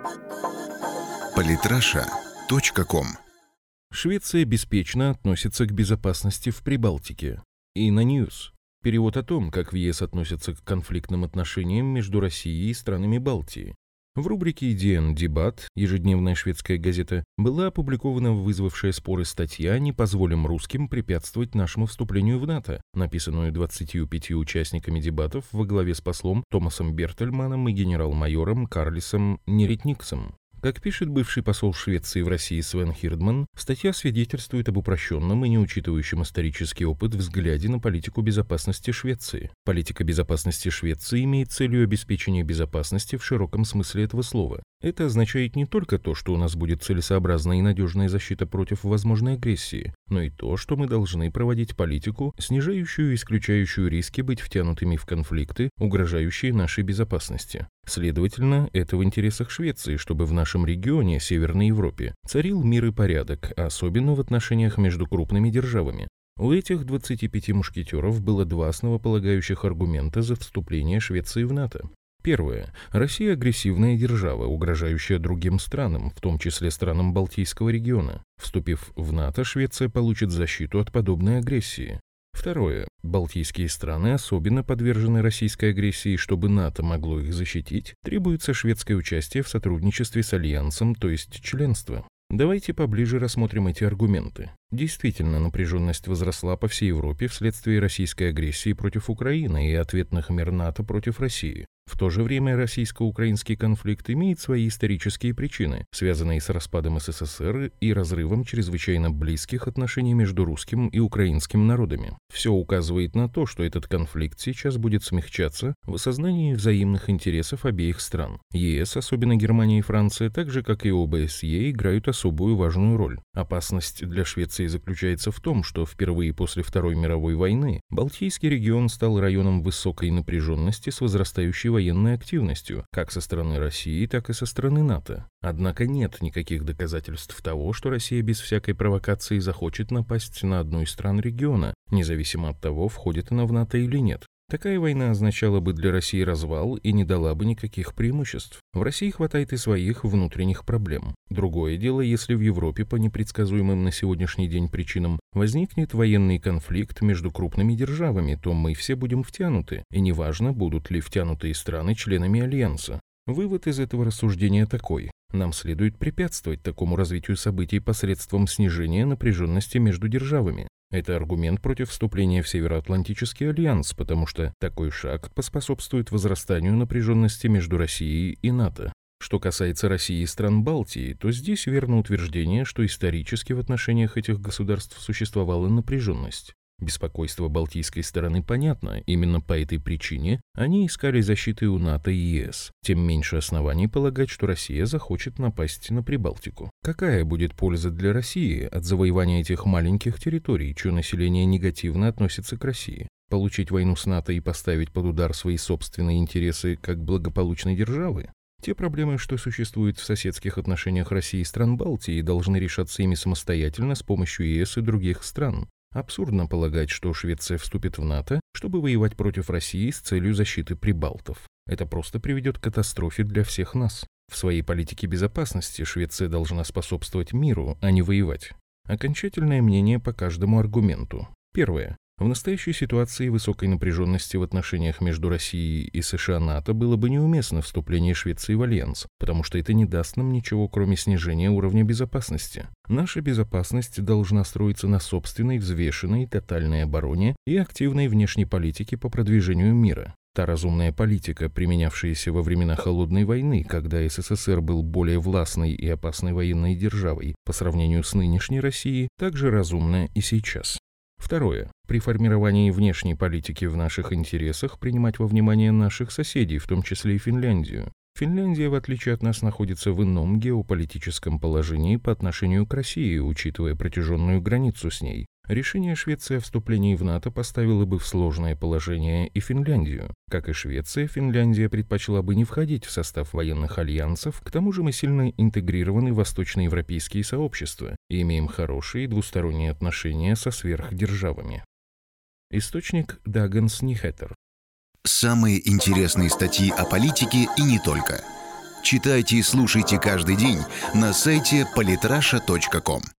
Политраша.ком. Швеция беспечно относится к безопасности в Прибалтике. Иноньюз. Перевод о том, как в ЕС относятся к конфликтным отношениям между Россией и странами Балтии. В рубрике DN Дебат, ежедневная шведская газета, была опубликована вызвавшая споры статья «Не позволим русским препятствовать нашему вступлению в НАТО», написанную 25 участниками дебатов во главе с послом Томасом Бертельманом и генерал-майором Карлисом Неретниксом. Как пишет бывший посол Швеции в России Свен Хирдман, статья свидетельствует об упрощенном и не учитывающем исторический опыт взгляде на политику безопасности Швеции. Политика безопасности Швеции имеет целью обеспечения безопасности в широком смысле этого слова. Это означает не только то, что у нас будет целесообразная и надежная защита против возможной агрессии, но и то, что мы должны проводить политику, снижающую и исключающую риски быть втянутыми в конфликты, угрожающие нашей безопасности. Следовательно, это в интересах Швеции, чтобы в нашем регионе, Северной Европе, царил мир и порядок, особенно в отношениях между крупными державами. У этих 25 мушкетеров было два основополагающих аргумента за вступление Швеции в НАТО. Первое. Россия агрессивная держава, угрожающая другим странам, в том числе странам Балтийского региона. Вступив в НАТО, Швеция получит защиту от подобной агрессии. Второе. Балтийские страны особенно подвержены российской агрессии, чтобы НАТО могло их защитить, требуется шведское участие в сотрудничестве с Альянсом, то есть членство. Давайте поближе рассмотрим эти аргументы. Действительно, напряженность возросла по всей Европе вследствие российской агрессии против Украины и ответных мер НАТО против России. В то же время российско-украинский конфликт имеет свои исторические причины, связанные с распадом СССР и разрывом чрезвычайно близких отношений между русским и украинским народами. Все указывает на то, что этот конфликт сейчас будет смягчаться в осознании взаимных интересов обеих стран. ЕС, особенно Германия и Франция, так же как и ОБСЕ, играют особую важную роль. Опасность для Швеции заключается в том, что впервые после Второй мировой войны Балтийский регион стал районом высокой напряженности с возрастающей военной активностью, как со стороны России, так и со стороны НАТО. Однако нет никаких доказательств того, что Россия без всякой провокации захочет напасть на одну из стран региона, независимо от того, входит она в НАТО или нет. Такая война означала бы для России развал и не дала бы никаких преимуществ. В России хватает и своих внутренних проблем. Другое дело, если в Европе по непредсказуемым на сегодняшний день причинам возникнет военный конфликт между крупными державами, то мы все будем втянуты, и неважно, будут ли втянутые страны членами Альянса. Вывод из этого рассуждения такой. Нам следует препятствовать такому развитию событий посредством снижения напряженности между державами. Это аргумент против вступления в Североатлантический альянс, потому что такой шаг поспособствует возрастанию напряженности между Россией и НАТО. Что касается России и стран Балтии, то здесь верно утверждение, что исторически в отношениях этих государств существовала напряженность. Беспокойство балтийской стороны понятно, именно по этой причине они искали защиты у НАТО и ЕС. Тем меньше оснований полагать, что Россия захочет напасть на Прибалтику. Какая будет польза для России от завоевания этих маленьких территорий, чье население негативно относится к России? Получить войну с НАТО и поставить под удар свои собственные интересы как благополучной державы? Те проблемы, что существуют в соседских отношениях России и стран Балтии, должны решаться ими самостоятельно с помощью ЕС и других стран. Абсурдно полагать, что Швеция вступит в НАТО, чтобы воевать против России с целью защиты прибалтов. Это просто приведет к катастрофе для всех нас. В своей политике безопасности Швеция должна способствовать миру, а не воевать. Окончательное мнение по каждому аргументу. Первое. В настоящей ситуации высокой напряженности в отношениях между Россией и США-НАТО было бы неуместно вступление Швеции в Альянс, потому что это не даст нам ничего, кроме снижения уровня безопасности. Наша безопасность должна строиться на собственной, взвешенной, тотальной обороне и активной внешней политике по продвижению мира. Та разумная политика, применявшаяся во времена Холодной войны, когда СССР был более властной и опасной военной державой по сравнению с нынешней Россией, также разумна и сейчас. Второе. При формировании внешней политики в наших интересах принимать во внимание наших соседей, в том числе и Финляндию. Финляндия, в отличие от нас, находится в ином геополитическом положении по отношению к России, учитывая протяженную границу с ней. Решение Швеции о вступлении в НАТО поставило бы в сложное положение и Финляндию. Как и Швеция, Финляндия предпочла бы не входить в состав военных альянсов, к тому же мы сильно интегрированы в восточноевропейские сообщества и имеем хорошие двусторонние отношения со сверхдержавами. Источник Dagens Nyheter. Самые интересные статьи о политике и не только. читайте и слушайте каждый день на сайте polytrasha.com.